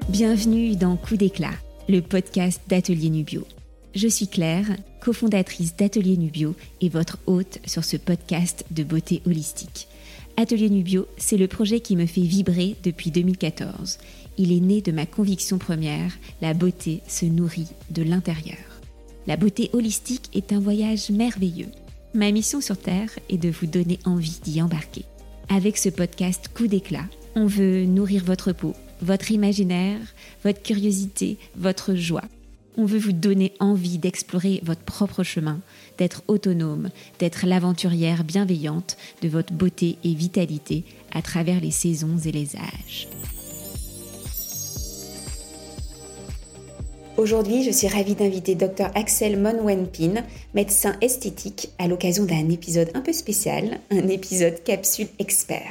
Bienvenue dans Coup d'éclat, le podcast d'Atelier Nubio. Je suis Claire, cofondatrice d'Atelier Nubio et votre hôte sur ce podcast de beauté holistique. Atelier Nubio, c'est le projet qui me fait vibrer depuis 2014. Il est né de ma conviction première, la beauté se nourrit de l'intérieur. La beauté holistique est un voyage merveilleux. Ma mission sur Terre est de vous donner envie d'y embarquer. Avec ce podcast Coup d'éclat, on veut nourrir votre peau, votre imaginaire, votre curiosité, votre joie. On veut vous donner envie d'explorer votre propre chemin, d'être autonome, d'être l'aventurière bienveillante de votre beauté et vitalité à travers les saisons et les âges. Aujourd'hui, je suis ravie d'inviter Dr Axel Mon-Wen-Pin, médecin esthétique, à l'occasion d'un épisode un peu spécial, un épisode capsule expert.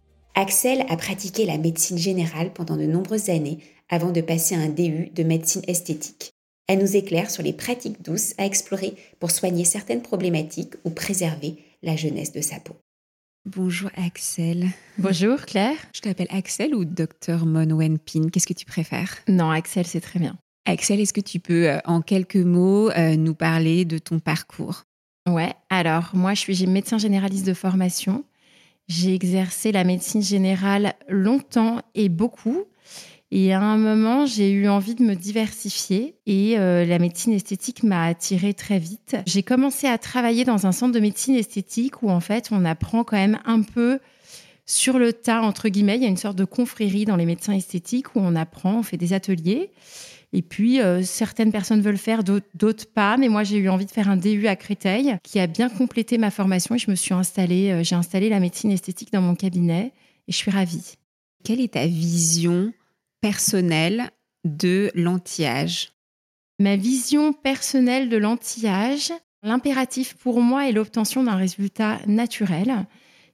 Axel a pratiqué la médecine générale pendant de nombreuses années avant de passer un DU de médecine esthétique. Elle nous éclaire sur les pratiques douces à explorer pour soigner certaines problématiques ou préserver la jeunesse de sa peau. Bonjour Axel. Bonjour Claire. Je t'appelle Axel ou Dr Mon-Wen-Pin, qu'est-ce que tu préfères ? Non, Axel, c'est très bien. Axel, est-ce que tu peux en quelques mots nous parler de ton parcours ? Ouais, alors moi je suis médecin généraliste de formation. J'ai exercé la médecine générale longtemps et beaucoup. Et à un moment, j'ai eu envie de me diversifier et la médecine esthétique m'a attirée très vite. J'ai commencé à travailler dans un centre de médecine esthétique où en fait, on apprend quand même un peu sur le tas, entre guillemets. Il y a une sorte de confrérie dans les médecins esthétiques où on apprend, on fait des ateliers. Et puis, certaines personnes veulent faire, d'autres pas. Mais moi, j'ai eu envie de faire un DU à Créteil qui a bien complété ma formation. Et je me suis installée, j'ai installé la médecine esthétique dans mon cabinet et je suis ravie. Quelle est ta vision personnelle de l'anti-âge ? Ma vision personnelle de l'anti-âge, l'impératif pour moi est l'obtention d'un résultat naturel.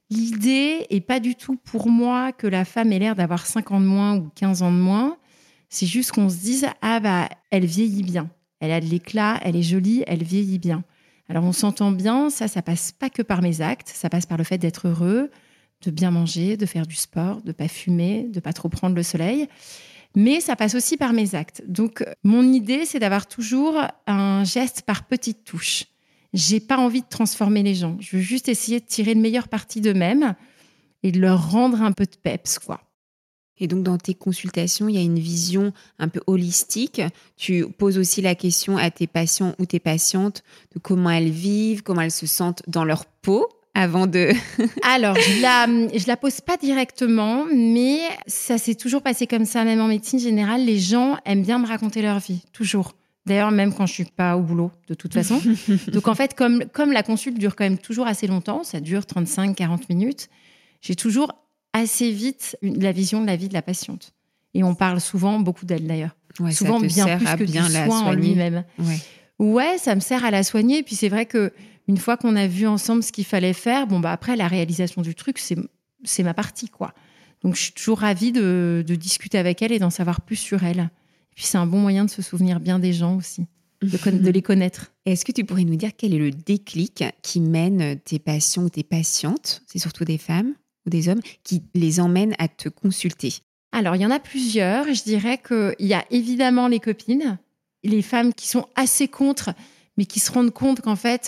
L'idée n'est pas du tout pour moi que la femme ait l'air d'avoir 5 ans de moins ou 15 ans de moins. C'est juste qu'on se dise « Ah bah, elle vieillit bien. Elle a de l'éclat, elle est jolie, elle vieillit bien. » Alors on s'entend bien, ça passe pas que par mes actes, ça passe par le fait d'être heureux, de bien manger, de faire du sport, de pas fumer, de pas trop prendre le soleil. Mais ça passe aussi par mes actes. Donc mon idée, c'est d'avoir toujours un geste par petites touches. J'ai pas envie de transformer les gens. Je veux juste essayer de tirer le meilleur parti d'eux-mêmes et de leur rendre un peu de peps, quoi. Et donc, dans tes consultations, il y a une vision un peu holistique. Tu poses aussi la question à tes patients ou tes patientes de comment elles vivent, comment elles se sentent dans leur peau avant de... Alors, je la pose pas directement, mais ça s'est toujours passé comme ça. Même en médecine générale, les gens aiment bien me raconter leur vie, toujours. D'ailleurs, même quand je suis pas au boulot, de toute façon. Donc, en fait, comme la consulte dure quand même toujours assez longtemps, ça dure 35-40 minutes, j'ai toujours assez vite la vision de la vie de la patiente. Et on parle souvent, beaucoup d'elle d'ailleurs. Ouais, souvent bien plus que bien du soin en lui-même. Ouais, ça me sert à la soigner. Et puis c'est vrai qu'une fois qu'on a vu ensemble ce qu'il fallait faire, après la réalisation du truc, c'est ma partie, quoi. Donc je suis toujours ravie de discuter avec elle et d'en savoir plus sur elle. Et puis c'est un bon moyen de se souvenir bien des gens aussi, de les connaître. Est-ce que tu pourrais nous dire quel est le déclic qui mène tes patients ou tes patientes, c'est surtout des femmes ou des hommes, qui les emmènent à te consulter ? Alors, il y en a plusieurs. Je dirais qu'il y a évidemment les copines, les femmes qui sont assez contre, mais qui se rendent compte qu'en fait,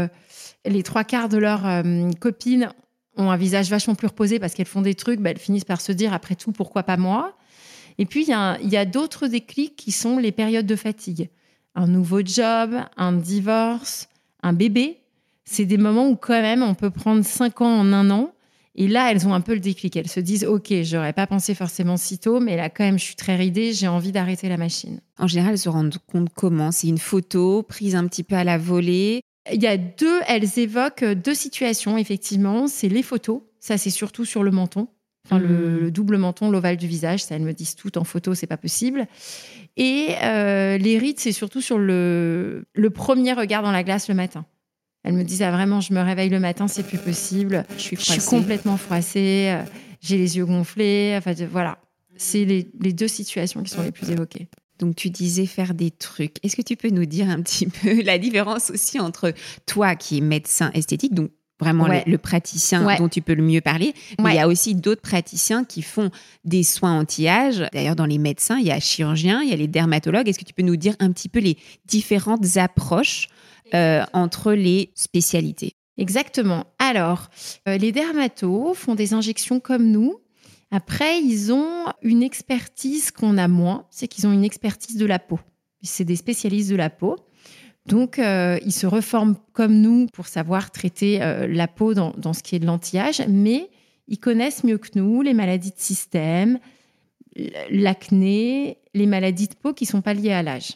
les 3/4 de leurs copines ont un visage vachement plus reposé parce qu'elles font des trucs, elles finissent par se dire, après tout, pourquoi pas moi ? Et puis, il y a d'autres déclics qui sont les périodes de fatigue. Un nouveau job, un divorce, un bébé. C'est des moments où quand même, on peut prendre 5 ans en 1 an. Et là, elles ont un peu le déclic. Elles se disent « Ok, j'aurais pas pensé forcément si tôt, mais là, quand même, je suis très ridée, j'ai envie d'arrêter la machine. » En général, elles se rendent compte comment ? C'est une photo prise un petit peu à la volée ? Elles évoquent 2 situations, effectivement. C'est les photos. Ça, c'est surtout sur le menton. Enfin, le double menton, l'ovale du visage. Ça, elles me disent tout en photo, c'est pas possible. Et les rides, c'est surtout sur le premier regard dans la glace le matin. Elle me disait vraiment, je me réveille le matin, c'est plus possible. Je suis complètement froissée, j'ai les yeux gonflés. Enfin, voilà, c'est les 2 situations qui sont les plus évoquées. Donc, tu disais faire des trucs. Est-ce que tu peux nous dire un petit peu la différence aussi entre toi qui es médecin esthétique, donc vraiment le praticien dont tu peux le mieux parler. Mais il y a aussi d'autres praticiens qui font des soins anti-âge. D'ailleurs, dans les médecins, il y a chirurgiens, il y a les dermatologues. Est-ce que tu peux nous dire un petit peu les différentes approches entre les spécialités? Exactement. Alors, les dermatos font des injections comme nous. Après, ils ont une expertise qu'on a moins. C'est qu'ils ont une expertise de la peau. C'est des spécialistes de la peau. Donc, ils se reforment comme nous pour savoir traiter la peau dans ce qui est de l'anti-âge, mais ils connaissent mieux que nous les maladies de système, l'acné, les maladies de peau qui ne sont pas liées à l'âge.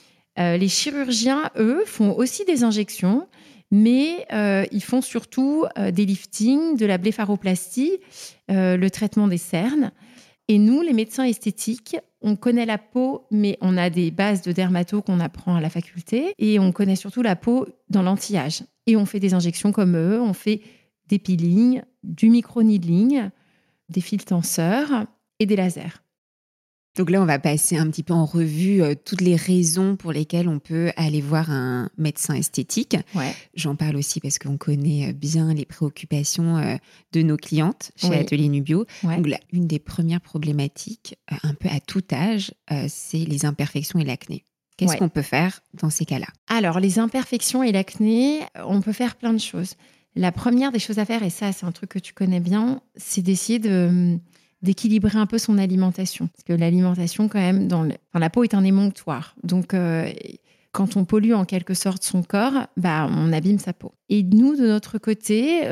Les chirurgiens, eux, font aussi des injections, mais ils font surtout des liftings, de la blépharoplastie, le traitement des cernes. Et nous, les médecins esthétiques, on connaît la peau, mais on a des bases de dermato qu'on apprend à la faculté. Et on connaît surtout la peau dans l'anti-âge. Et on fait des injections comme eux, on fait des peelings, du micro-needling, des fils tenseurs et des lasers. Donc là, on va passer un petit peu en revue toutes les raisons pour lesquelles on peut aller voir un médecin esthétique. Ouais. J'en parle aussi parce qu'on connaît bien les préoccupations de nos clientes chez Atelier Nubio. Ouais. Donc là, une des premières problématiques, un peu à tout âge, c'est les imperfections et l'acné. Qu'est-ce qu'on peut faire dans ces cas-là? Alors, les imperfections et l'acné, on peut faire plein de choses. La première des choses à faire, et ça, c'est un truc que tu connais bien, c'est d'essayer d'équilibrer un peu son alimentation. Parce que l'alimentation, quand même, la peau est un émonctoire. Donc, quand on pollue en quelque sorte son corps, on abîme sa peau. Et nous, de notre côté,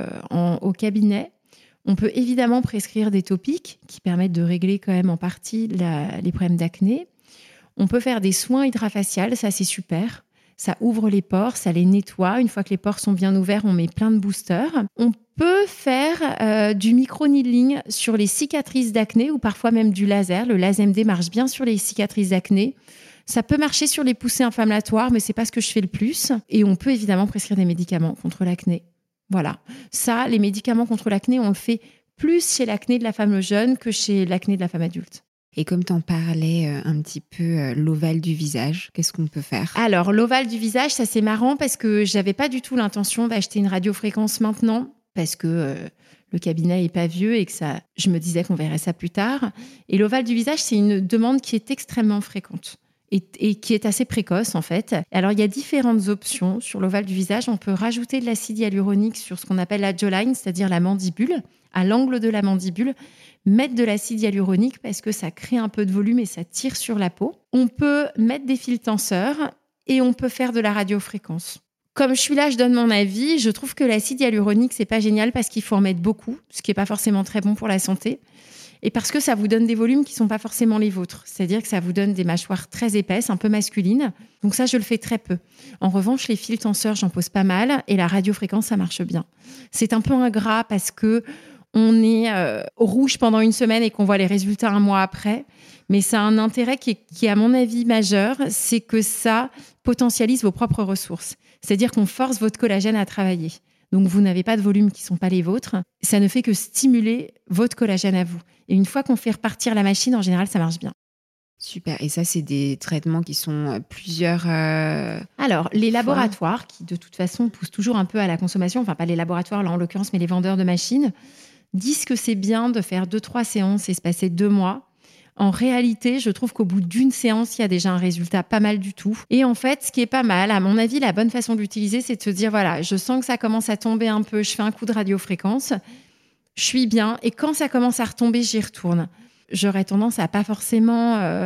au cabinet, on peut évidemment prescrire des topiques qui permettent de régler quand même en partie les problèmes d'acné. On peut faire des soins hydrafaciales, ça c'est super. Ça ouvre les pores, ça les nettoie. Une fois que les pores sont bien ouverts, on met plein de boosters. On peut faire du micro-needling sur les cicatrices d'acné ou parfois même du laser. Le laser MD marche bien sur les cicatrices d'acné. Ça peut marcher sur les poussées inflammatoires, mais c'est pas ce que je fais le plus. Et on peut évidemment prescrire des médicaments contre l'acné. Voilà. Ça, les médicaments contre l'acné, on le fait plus chez l'acné de la femme jeune que chez l'acné de la femme adulte. Et comme tu en parlais un petit peu, l'ovale du visage, qu'est-ce qu'on peut faire? Alors, l'ovale du visage, ça c'est marrant parce que j'avais pas du tout l'intention d'acheter une radiofréquence maintenant parce que le cabinet est pas vieux et que je me disais qu'on verrait ça plus tard. Et l'ovale du visage, c'est une demande qui est extrêmement fréquente et qui est assez précoce en fait. Alors, il y a différentes options sur l'ovale du visage. On peut rajouter de l'acide hyaluronique sur ce qu'on appelle la jawline, c'est-à-dire la mandibule, à l'angle de la mandibule. Mettre de l'acide hyaluronique parce que ça crée un peu de volume et ça tire sur la peau. On peut mettre des fils tenseurs et on peut faire de la radiofréquence. Comme je suis là, je donne mon avis. Je trouve que l'acide hyaluronique, c'est pas génial parce qu'il faut en mettre beaucoup, ce qui est pas forcément très bon pour la santé. Et parce que ça vous donne des volumes qui sont pas forcément les vôtres. C'est-à-dire que ça vous donne des mâchoires très épaisses, un peu masculines. Donc ça, je le fais très peu. En revanche, les fils tenseurs, j'en pose pas mal et la radiofréquence, ça marche bien. C'est un peu ingrat parce que on est rouge pendant une semaine et qu'on voit les résultats un mois après. Mais ça a un intérêt qui est, à mon avis, majeur, c'est que ça potentialise vos propres ressources. C'est-à-dire qu'on force votre collagène à travailler. Donc, vous n'avez pas de volumes qui ne sont pas les vôtres. Ça ne fait que stimuler votre collagène à vous. Et une fois qu'on fait repartir la machine, en général, ça marche bien. Super. Et ça, c'est des traitements qui sont plusieurs... Alors, les laboratoires, qui de toute façon poussent toujours un peu à la consommation, enfin pas les laboratoires là en l'occurrence, mais les vendeurs de machines, disent que c'est bien de faire 2-3 séances espacées 2 mois. En réalité, je trouve qu'au bout d'une séance, il y a déjà un résultat pas mal du tout. Et en fait, ce qui est pas mal, à mon avis, la bonne façon d'utiliser, c'est de se dire, voilà, je sens que ça commence à tomber un peu, je fais un coup de radiofréquence, je suis bien, et quand ça commence à retomber, j'y retourne. J'aurais tendance à pas forcément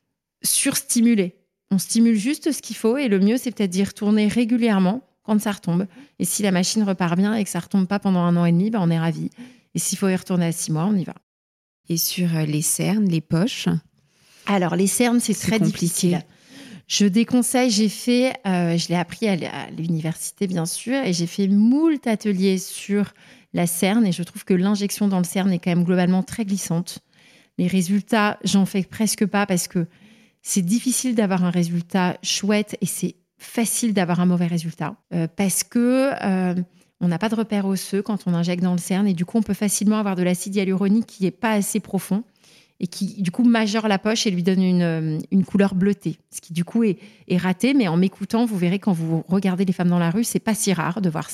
surstimuler. On stimule juste ce qu'il faut, et le mieux, c'est peut-être d'y retourner régulièrement quand ça retombe. Et si la machine repart bien et que ça retombe pas pendant 1 an et demi, on est ravis. Et s'il faut y retourner à 6 mois, on y va. Et sur les cernes, les poches? Alors, les cernes, c'est très compliqué. difficile. Je déconseille, je l'ai appris à l'université, bien sûr, et j'ai fait moult ateliers sur la cerne, et je trouve que l'injection dans le cerne est quand même globalement très glissante. Les résultats, j'en fais presque pas parce que c'est difficile d'avoir un résultat chouette et c'est facile d'avoir un mauvais résultat parce que on n'a pas de repère osseux quand on injecte dans le cerne et du coup on peut facilement avoir de l'acide hyaluronique qui n'est pas assez profond et qui du coup majeure la poche et lui donne une couleur bleutée, ce qui du coup est raté. Mais en m'écoutant, vous verrez quand vous regardez les femmes dans la rue, c'est pas si rare de voir ça.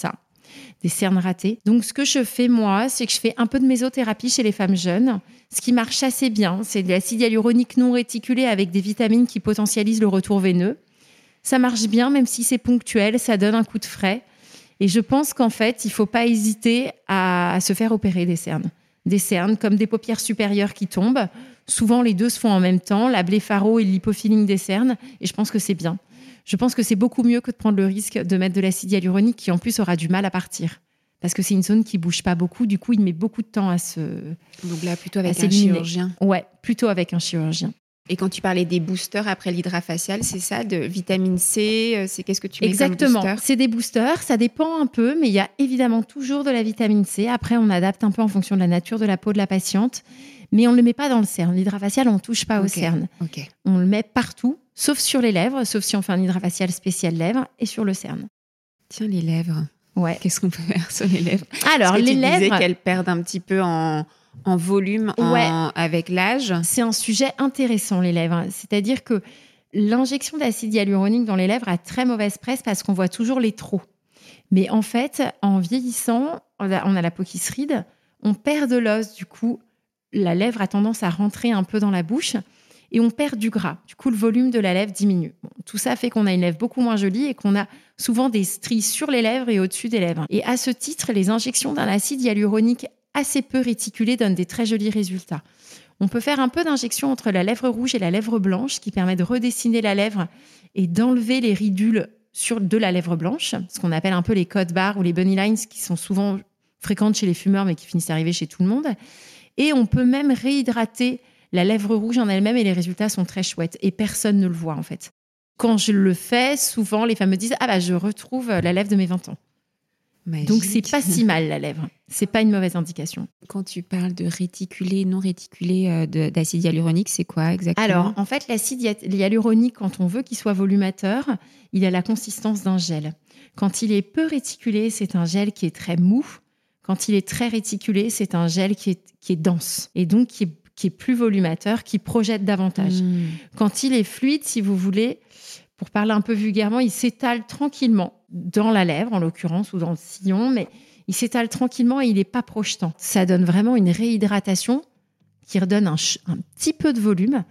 des cernes ratées. Donc, ce que je fais, moi, c'est que je fais un peu de mésothérapie chez les femmes jeunes. Ce qui marche assez bien, c'est de l'acide hyaluronique non réticulé avec des vitamines qui potentialisent le retour veineux. Ça marche bien, même si c'est ponctuel, ça donne un coup de frais. Et je pense qu'en fait, il ne faut pas hésiter à se faire opérer des cernes. Des cernes comme des paupières supérieures qui tombent. Souvent, les deux se font en même temps, la blépharo et l'hypofilling des cernes. Et je pense que c'est bien. Je pense que c'est beaucoup mieux que de prendre le risque de mettre de l'acide hyaluronique qui, en plus, aura du mal à partir. Parce que c'est une zone qui ne bouge pas beaucoup. Du coup, il met beaucoup de temps à se... Donc là, plutôt avec un chirurgien. Ouais, plutôt avec un chirurgien. Et quand tu parlais des boosters après l'hydrafacial, c'est ça, de vitamine C, c'est qu'est-ce que tu mets Exactement. comme booster ? C'est des boosters, ça dépend un peu, mais il y a évidemment toujours de la vitamine C. Après, on adapte un peu en fonction de la nature de la peau de la patiente, mais on ne le met pas dans le cerne. L'hydrafacial, on ne touche pas au cerne. Okay. On le met partout, sauf sur les lèvres, sauf si on fait un hydrafacial spécial lèvres, et sur le cerne. Tiens, les lèvres. Ouais. Qu'est-ce qu'on peut faire sur les lèvres ? Alors, les lèvres... Tu disais qu'elles perdent un petit peu en volume avec l'âge. C'est un sujet intéressant, les lèvres. C'est-à-dire que l'injection d'acide hyaluronique dans les lèvres a très mauvaise presse parce qu'on voit toujours les trous. Mais en fait, en vieillissant, on a la peau qui se ride, on perd de l'os, du coup, la lèvre a tendance à rentrer un peu dans la bouche et on perd du gras. Du coup, le volume de la lèvre diminue. Bon, tout ça fait qu'on a une lèvre beaucoup moins jolie et qu'on a souvent des stries sur les lèvres et au-dessus des lèvres. Et à ce titre, les injections d'un acide hyaluronique assez peu réticulé donnent des très jolis résultats. On peut faire un peu d'injection entre la lèvre rouge et la lèvre blanche qui permet de redessiner la lèvre et d'enlever les ridules de la lèvre blanche, ce qu'on appelle un peu les code barres ou les bunny lines qui sont souvent fréquentes chez les fumeurs mais qui finissent par arriver chez tout le monde. Et on peut même réhydrater la lèvre rouge en elle-même et les résultats sont très chouettes et personne ne le voit en fait. Quand je le fais, souvent les femmes me disent « Ah bah je retrouve la lèvre de mes 20 ans ». Magique. Donc, c'est pas si mal, la lèvre. C'est pas une mauvaise indication. Quand tu parles de réticulé, non réticulé d'acide hyaluronique, c'est quoi exactement ? Alors, en fait, l'acide hyaluronique, quand on veut qu'il soit volumateur, il a la consistance d'un gel. Quand il est peu réticulé, c'est un gel qui est très mou. Quand il est très réticulé, c'est un gel qui est dense et donc qui est plus volumateur, qui projette davantage. Quand il est fluide, si vous voulez... Pour parler un peu vulgairement, il s'étale tranquillement dans la lèvre, en l'occurrence, ou dans le sillon, mais il s'étale tranquillement et il n'est pas projetant. Ça donne vraiment une réhydratation qui redonne un petit peu de volume,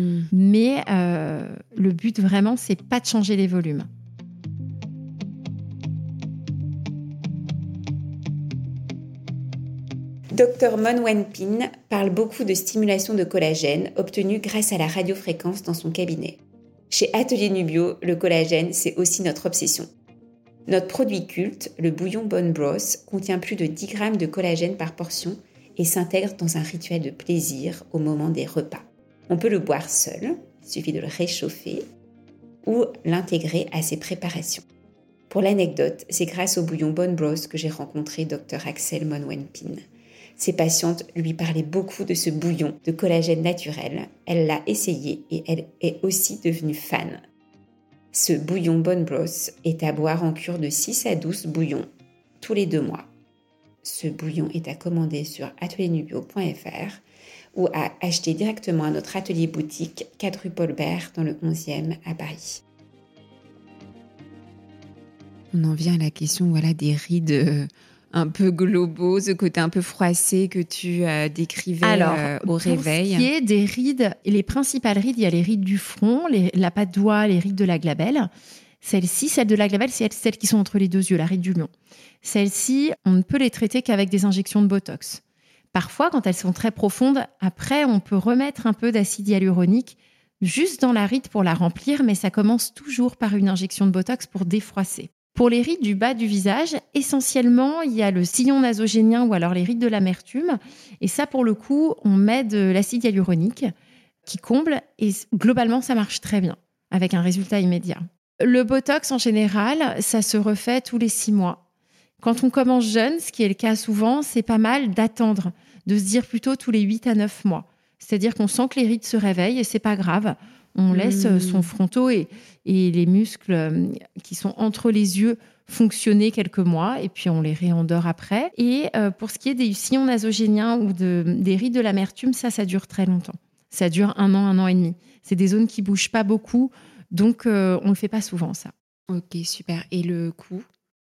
mais le but vraiment, c'est pas de changer les volumes. Dr Mon Wen-pin parle beaucoup de stimulation de collagène obtenue grâce à la radiofréquence dans son cabinet. Chez Atelier Nubio, le collagène, c'est aussi notre obsession. Notre produit culte, le bouillon Bone Broth, contient plus de 10 grammes de collagène par portion et s'intègre dans un rituel de plaisir au moment des repas. On peut le boire seul, il suffit de le réchauffer, ou l'intégrer à ses préparations. Pour l'anecdote, c'est grâce au bouillon Bone Broth que j'ai rencontré Dr Axel Mon Wen-pin. Ses patientes lui parlaient beaucoup de ce bouillon de collagène naturel. Elle l'a essayé et elle est aussi devenue fan. Ce bouillon Bone Broth est à boire en cure de 6 à 12 bouillons tous les 2 mois. Ce bouillon est à commander sur ateliernubio.fr ou à acheter directement à notre atelier boutique 4 rue Paul Bert dans le 11e à Paris. On en vient à la question des rides un peu globaux, ce côté un peu froissé que tu décrivais au réveil. Pour ce qui est des rides, les principales rides, il y a les rides du front, la patte d'oie, les rides de la glabelle. Celles de la glabelle, c'est celles qui sont entre les 2 yeux, la ride du lion. Celles-ci, on ne peut les traiter qu'avec des injections de Botox. Parfois, quand elles sont très profondes, après, on peut remettre un peu d'acide hyaluronique juste dans la ride pour la remplir, mais ça commence toujours par une injection de Botox pour défroisser. Pour les rides du bas du visage, essentiellement, il y a le sillon nasogénien ou alors les rides de l'amertume. Et ça, pour le coup, on met de l'acide hyaluronique qui comble et globalement, ça marche très bien avec un résultat immédiat. Le Botox, en général, ça se refait tous les 6 mois. Quand on commence jeune, ce qui est le cas souvent, c'est pas mal d'attendre, de se dire plutôt tous les 8 à 9 mois. C'est-à-dire qu'on sent que les rides se réveillent et c'est pas grave. On laisse son frontaux et les muscles qui sont entre les yeux fonctionner quelques mois et puis on les réendort après. Et pour ce qui est des sillons nasogéniens ou des rides de l'amertume, ça dure très longtemps. Ça dure 1 an et demi. C'est des zones qui bougent pas beaucoup, donc on le fait pas souvent, ça. Ok, super. Et le cou ?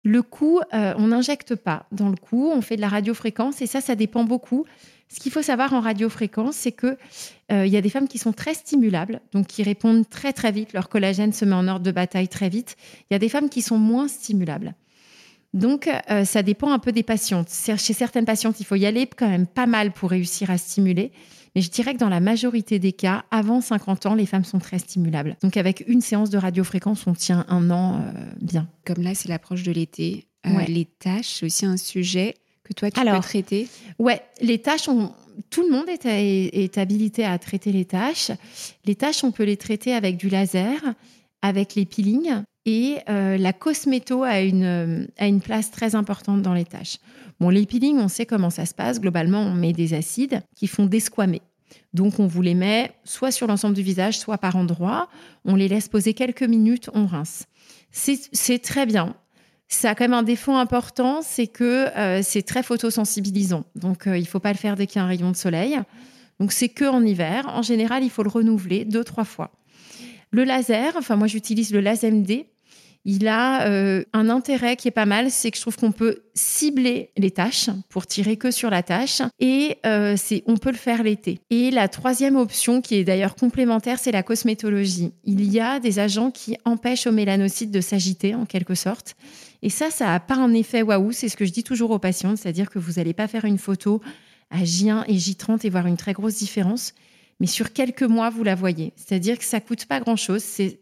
Le cou, on n'injecte pas dans le cou, on fait de la radiofréquence et ça dépend beaucoup. Ce qu'il faut savoir en radiofréquence, c'est que y a des femmes qui sont très stimulables, donc qui répondent très très vite, leur collagène se met en ordre de bataille très vite. Il y a des femmes qui sont moins stimulables. Donc, ça dépend un peu des patientes. Chez certaines patientes, il faut y aller quand même pas mal pour réussir à stimuler. Mais je dirais que dans la majorité des cas, avant 50 ans, les femmes sont très stimulables. Donc, avec une séance de radiofréquence, on tient 1 an bien. Comme là, c'est l'approche de l'été. Les taches, c'est aussi un sujet que toi, tu peux traiter. Ouais, les taches, tout le monde est habilité à traiter les taches. Les taches, on peut les traiter avec du laser, avec les peelings. Et la cosméto a une place très importante dans les taches. Bon, les peelings, on sait comment ça se passe. Globalement, on met des acides qui font desquamer. Donc, on vous les met soit sur l'ensemble du visage, soit par endroits. On les laisse poser quelques minutes, on rince. C'est très bien. Ça a quand même un défaut important, c'est que c'est très photosensibilisant. Donc, il ne faut pas le faire dès qu'il y a un rayon de soleil. Donc, c'est qu'en hiver. En général, il faut le renouveler 2-3 fois. Le laser, moi, j'utilise le LaserMD. Il a un intérêt qui est pas mal, c'est que je trouve qu'on peut cibler les taches pour tirer que sur la tache et on peut le faire l'été. Et la troisième option, qui est d'ailleurs complémentaire, c'est la cosmétologie. Il y a des agents qui empêchent aux mélanocytes de s'agiter en quelque sorte. Et ça n'a pas un effet waouh, c'est ce que je dis toujours aux patientes, c'est-à-dire que vous n'allez pas faire une photo à J1 et J30 et voir une très grosse différence, mais sur quelques mois, vous la voyez. C'est-à-dire que ça ne coûte pas grand-chose, c'est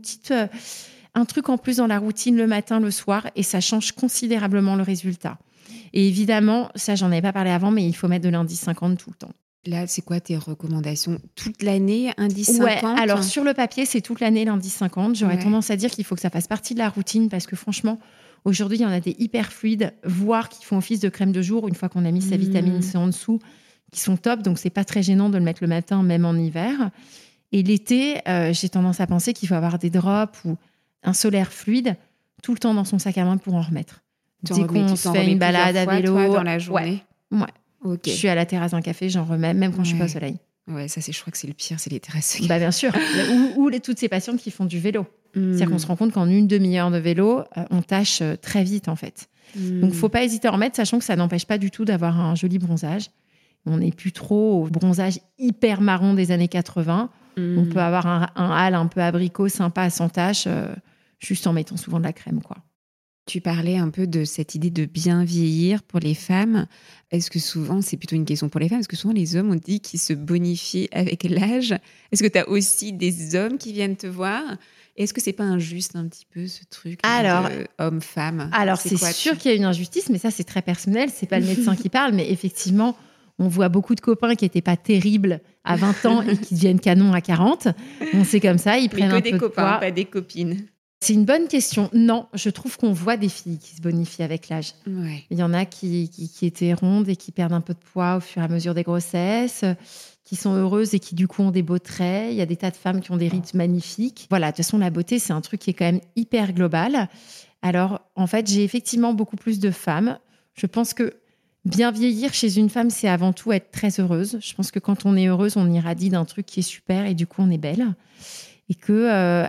un truc en plus dans la routine le matin, le soir, et ça change considérablement le résultat. Et évidemment, ça, j'en avais pas parlé avant, mais il faut mettre de l'indice 50 tout le temps. Là, c'est quoi tes recommandations? Toute l'année, indice 50? Ouais, alors sur le papier, c'est toute l'année l'indice 50. J'aurais tendance à dire qu'il faut que ça fasse partie de la routine parce que franchement, aujourd'hui, il y en a des hyper fluides, voire qui font office de crème de jour une fois qu'on a mis sa vitamine C en dessous, qui sont top. Donc, c'est pas très gênant de le mettre le matin, même en hiver. Et l'été, j'ai tendance à penser qu'il faut avoir des drops ou un solaire fluide tout le temps dans son sac à main pour en remettre. Dès qu'on se fait une balade à vélo, toi, dans la journée. Ouais. Okay. Je suis à la terrasse d'un café, j'en remets, même quand je suis pas au soleil. Ouais, ça, je crois que c'est le pire, c'est les terrasses. Bah, bien sûr. ou toutes ces patientes qui font du vélo. C'est-à-dire qu'on se rend compte qu'en une demi-heure de vélo, on tâche très vite, en fait. Donc, faut pas hésiter à en mettre, sachant que ça n'empêche pas du tout d'avoir un joli bronzage. On n'est plus trop au bronzage hyper marron des années 80. On peut avoir un hâle un peu abricot, sympa, sans tache, juste en mettant souvent de la crème, quoi. Tu parlais un peu de cette idée de bien vieillir pour les femmes. Est-ce que souvent, c'est plutôt une question pour les femmes, est-ce que souvent les hommes ont dit qu'ils se bonifient avec l'âge? Est-ce que tu as aussi des hommes qui viennent te voir? Est-ce que c'est pas injuste un petit peu ce truc homme-femme? Alors, c'est sûr qu'il y a une injustice, mais ça, c'est très personnel. C'est pas le médecin qui parle, mais effectivement, on voit beaucoup de copains qui n'étaient pas terribles à 20 ans et qui deviennent canons à 40. Bon, c'est comme ça, ils prennent un peu de poids. Mais que des copains, pas des copines. C'est une bonne question. Non, je trouve qu'on voit des filles qui se bonifient avec l'âge. Ouais. Il y en a qui étaient rondes et qui perdent un peu de poids au fur et à mesure des grossesses, qui sont heureuses et qui du coup ont des beaux traits. Il y a des tas de femmes qui ont des rides magnifiques. Voilà, de toute façon, la beauté, c'est un truc qui est quand même hyper global. Alors, en fait, j'ai effectivement beaucoup plus de femmes. Je pense que bien vieillir chez une femme, c'est avant tout être très heureuse. Je pense que quand on est heureuse, on irradie d'un truc qui est super et du coup, on est belle. Et que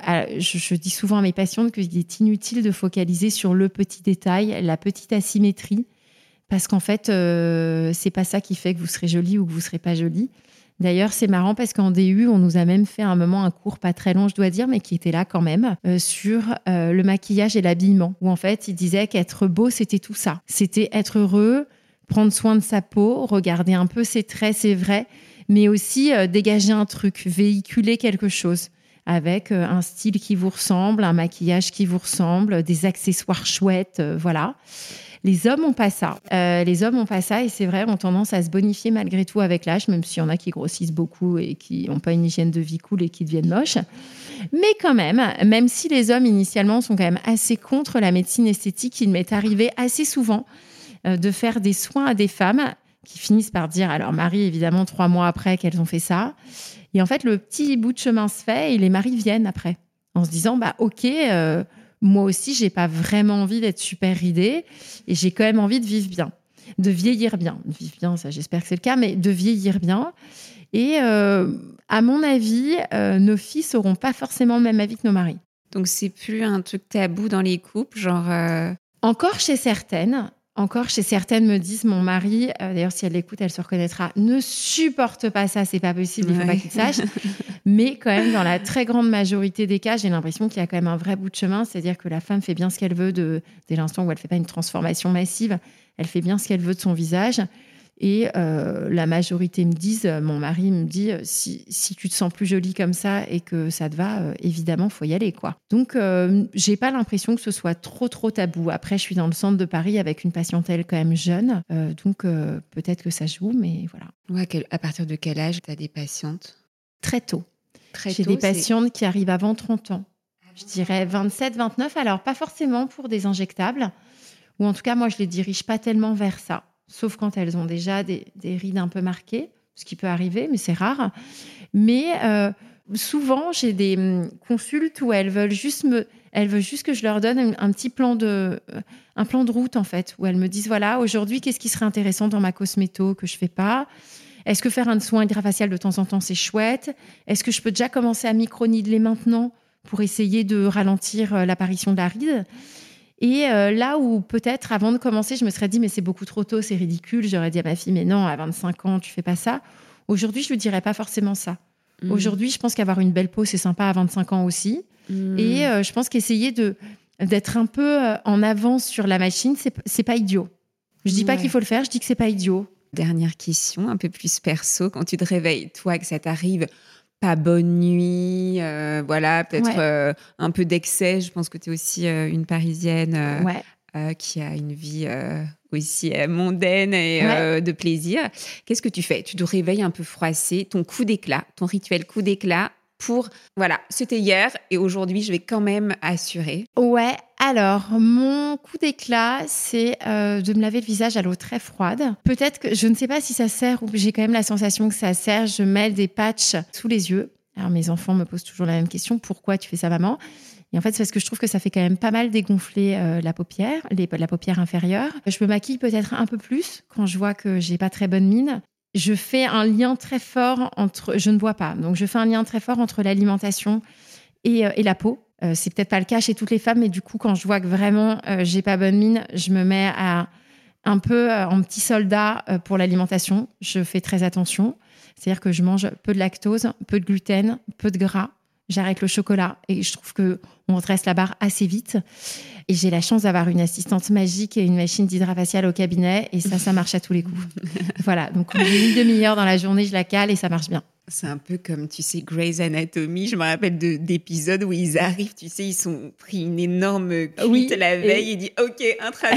je dis souvent à mes patientes qu'il est inutile de focaliser sur le petit détail, la petite asymétrie, parce qu'en fait, c'est pas ça qui fait que vous serez jolie ou que vous serez pas jolie. D'ailleurs, c'est marrant parce qu'en DU, on nous a même fait un moment un cours pas très long, je dois dire, mais qui était là quand même, sur le maquillage et l'habillement, où en fait, il disait qu'être beau, c'était tout ça. C'était être heureux, prendre soin de sa peau, regarder un peu ses traits, c'est vrai, mais aussi dégager un truc, véhiculer quelque chose, avec un style qui vous ressemble, un maquillage qui vous ressemble, des accessoires chouettes, voilà. Les hommes n'ont pas ça. Et c'est vrai, ont tendance à se bonifier malgré tout avec l'âge, même s'il y en a qui grossissent beaucoup et qui n'ont pas une hygiène de vie cool et qui deviennent moches. Mais quand même si les hommes initialement sont quand même assez contre la médecine esthétique, il m'est arrivé assez souvent de faire des soins à des femmes qui finissent par dire à leur mari, évidemment, 3 mois après qu'elles ont fait ça. Et en fait, le petit bout de chemin se fait et les maris viennent après en se disant, ok, moi aussi, j'ai pas vraiment envie d'être super ridée et j'ai quand même envie de vivre bien, de vieillir bien. De vivre bien, ça, j'espère que c'est le cas, mais de vieillir bien. Et à mon avis, nos fils n'auront pas forcément le même avis que nos maris. Donc, c'est plus un truc tabou dans les couples, genre Encore chez certaines me disent, mon mari, d'ailleurs si elle l'écoute, elle se reconnaîtra, ne supporte pas ça, c'est pas possible, il faut pas qu'il sache. Mais quand même, dans la très grande majorité des cas, j'ai l'impression qu'il y a quand même un vrai bout de chemin, c'est-à-dire que la femme fait bien ce qu'elle veut dès l'instant où elle fait pas une transformation massive, elle fait bien ce qu'elle veut de son visage. Et la majorité me disent, mon mari me dit, si tu te sens plus jolie comme ça et que ça te va, évidemment, faut y aller, quoi. Donc, j'ai pas l'impression que ce soit trop tabou. Après, je suis dans le centre de Paris avec une patientèle quand même jeune, donc peut-être que ça joue, mais voilà. Ouais, à partir de quel âge tu as des patientes ? Très tôt. J'ai des patientes qui arrivent avant 30 ans. Je dirais 27, 29. Alors, pas forcément pour des injectables, ou en tout cas, moi, je les dirige pas tellement vers ça. Sauf quand elles ont déjà des rides un peu marquées, ce qui peut arriver, mais c'est rare. Mais souvent, j'ai des consultes où elles veulent juste que je leur donne un petit plan de route, en fait, où elles me disent, voilà, aujourd'hui, qu'est-ce qui serait intéressant dans ma cosméto que je fais pas ? Est-ce que faire un soin hydrafacial de temps en temps, c'est chouette ? Est-ce que je peux déjà commencer à micro-nideler maintenant pour essayer de ralentir l'apparition de la ride ? Et là où peut-être avant de commencer, je me serais dit mais c'est beaucoup trop tôt, c'est ridicule. J'aurais dit à ma fille mais non, à 25 ans, tu fais pas ça. Aujourd'hui, je lui dirais pas forcément ça. Aujourd'hui, je pense qu'avoir une belle peau, c'est sympa à 25 ans aussi. Et je pense qu'essayer d'être un peu en avance sur la machine, c'est pas idiot. Je dis pas qu'il faut le faire, je dis que c'est pas idiot. Dernière question, un peu plus perso. Quand tu te réveilles, toi, que ça t'arrive, pas bonne nuit, voilà, peut-être un peu d'excès. Je pense que tu es aussi une Parisienne qui a une vie aussi mondaine et de plaisir. Qu'est-ce que tu fais ? Tu te réveilles un peu froissée, ton coup d'éclat, ton rituel coup d'éclat pour, voilà, c'était hier et aujourd'hui, je vais quand même assurer. Ouais, alors, mon coup d'éclat, c'est de me laver le visage à l'eau très froide. Peut-être que, je ne sais pas si ça sert ou j'ai quand même la sensation que ça sert. Je mets des patchs sous les yeux. Alors, mes enfants me posent toujours la même question. Pourquoi tu fais ça, maman ? Et en fait, c'est parce que je trouve que ça fait quand même pas mal dégonfler la paupière, la paupière inférieure. Je me maquille peut-être un peu plus quand je vois que j'ai pas très bonne mine. Je fais un lien très fort je ne bois pas, donc je fais un lien très fort entre l'alimentation et la peau. C'est peut-être pas le cas chez toutes les femmes, mais du coup, quand je vois que vraiment j'ai pas bonne mine, je me mets un peu en petit soldat pour l'alimentation. Je fais très attention. C'est-à-dire que je mange peu de lactose, peu de gluten, peu de gras. J'arrête le chocolat et je trouve qu'on redresse la barre assez vite. Et j'ai la chance d'avoir une assistante magique et une machine d'hydrafacial au cabinet. Et ça marche à tous les coups. Voilà, donc j'ai une demi-heure dans la journée, je la cale et ça marche bien. C'est un peu comme, tu sais, Grey's Anatomy. Je me rappelle d'épisodes où ils arrivent, tu sais, ils sont pris une énorme cuite la veille et disent « Ok, intraveineuse ».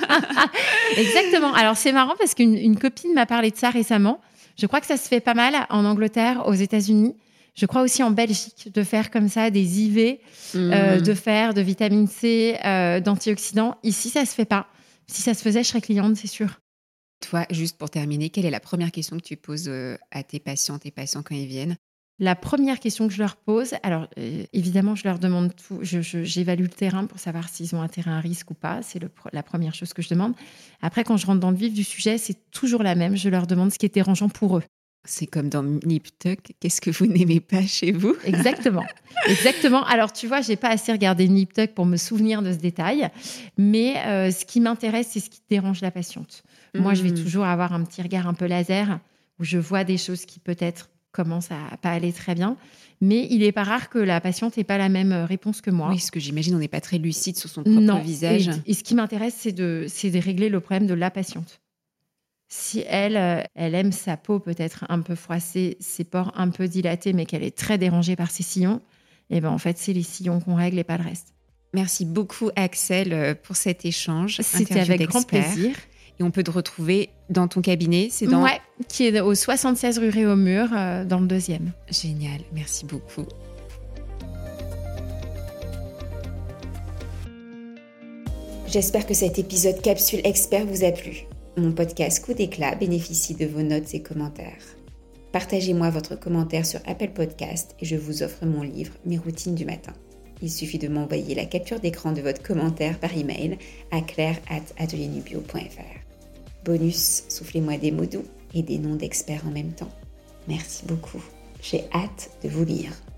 Exactement. Alors, c'est marrant parce qu'une copine m'a parlé de ça récemment. Je crois que ça se fait pas mal en Angleterre, aux États-Unis. Je crois aussi en Belgique, de faire comme ça des IV, de fer, de vitamine C, d'antioxydants. Ici, ça se fait pas. Si ça se faisait, je serais cliente, c'est sûr. Toi, juste pour terminer, quelle est la première question que tu poses à tes patients quand ils viennent ? La première question que je leur pose, alors évidemment, je leur demande tout. J'évalue le terrain pour savoir s'ils ont un terrain à risque ou pas. C'est la première chose que je demande. Après, quand je rentre dans le vif du sujet, c'est toujours la même. Je leur demande ce qui est dérangeant pour eux. C'est comme dans Nip Tuck. Qu'est-ce que vous n'aimez pas chez vous ? Exactement. Alors, tu vois, j'ai pas assez regardé Nip Tuck pour me souvenir de ce détail. Mais ce qui m'intéresse, c'est ce qui dérange la patiente. Moi, je vais toujours avoir un petit regard un peu laser où je vois des choses qui peut-être commencent à pas aller très bien. Mais il est pas rare que la patiente n'ait pas la même réponse que moi. Oui, parce que j'imagine on n'est pas très lucide sur son propre visage. Et ce qui m'intéresse, c'est de régler le problème de la patiente. Si elle aime sa peau peut-être un peu froissée, ses pores un peu dilatés, mais qu'elle est très dérangée par ses sillons, et ben en fait, c'est les sillons qu'on règle et pas le reste. Merci beaucoup, Axelle, pour cet échange. C'était avec grand plaisir. Et on peut te retrouver dans ton cabinet, qui est au 76 rue Réaumur, dans le 2e. Génial, merci beaucoup. J'espère que cet épisode Capsule Expert vous a plu. Mon podcast Coup d'éclat bénéficie de vos notes et commentaires. Partagez-moi votre commentaire sur Apple Podcast et je vous offre mon livre Mes routines du matin. Il suffit de m'envoyer la capture d'écran de votre commentaire par email à claire@ateliernubio.fr. Bonus, soufflez-moi des mots doux et des noms d'experts en même temps. Merci beaucoup. J'ai hâte de vous lire.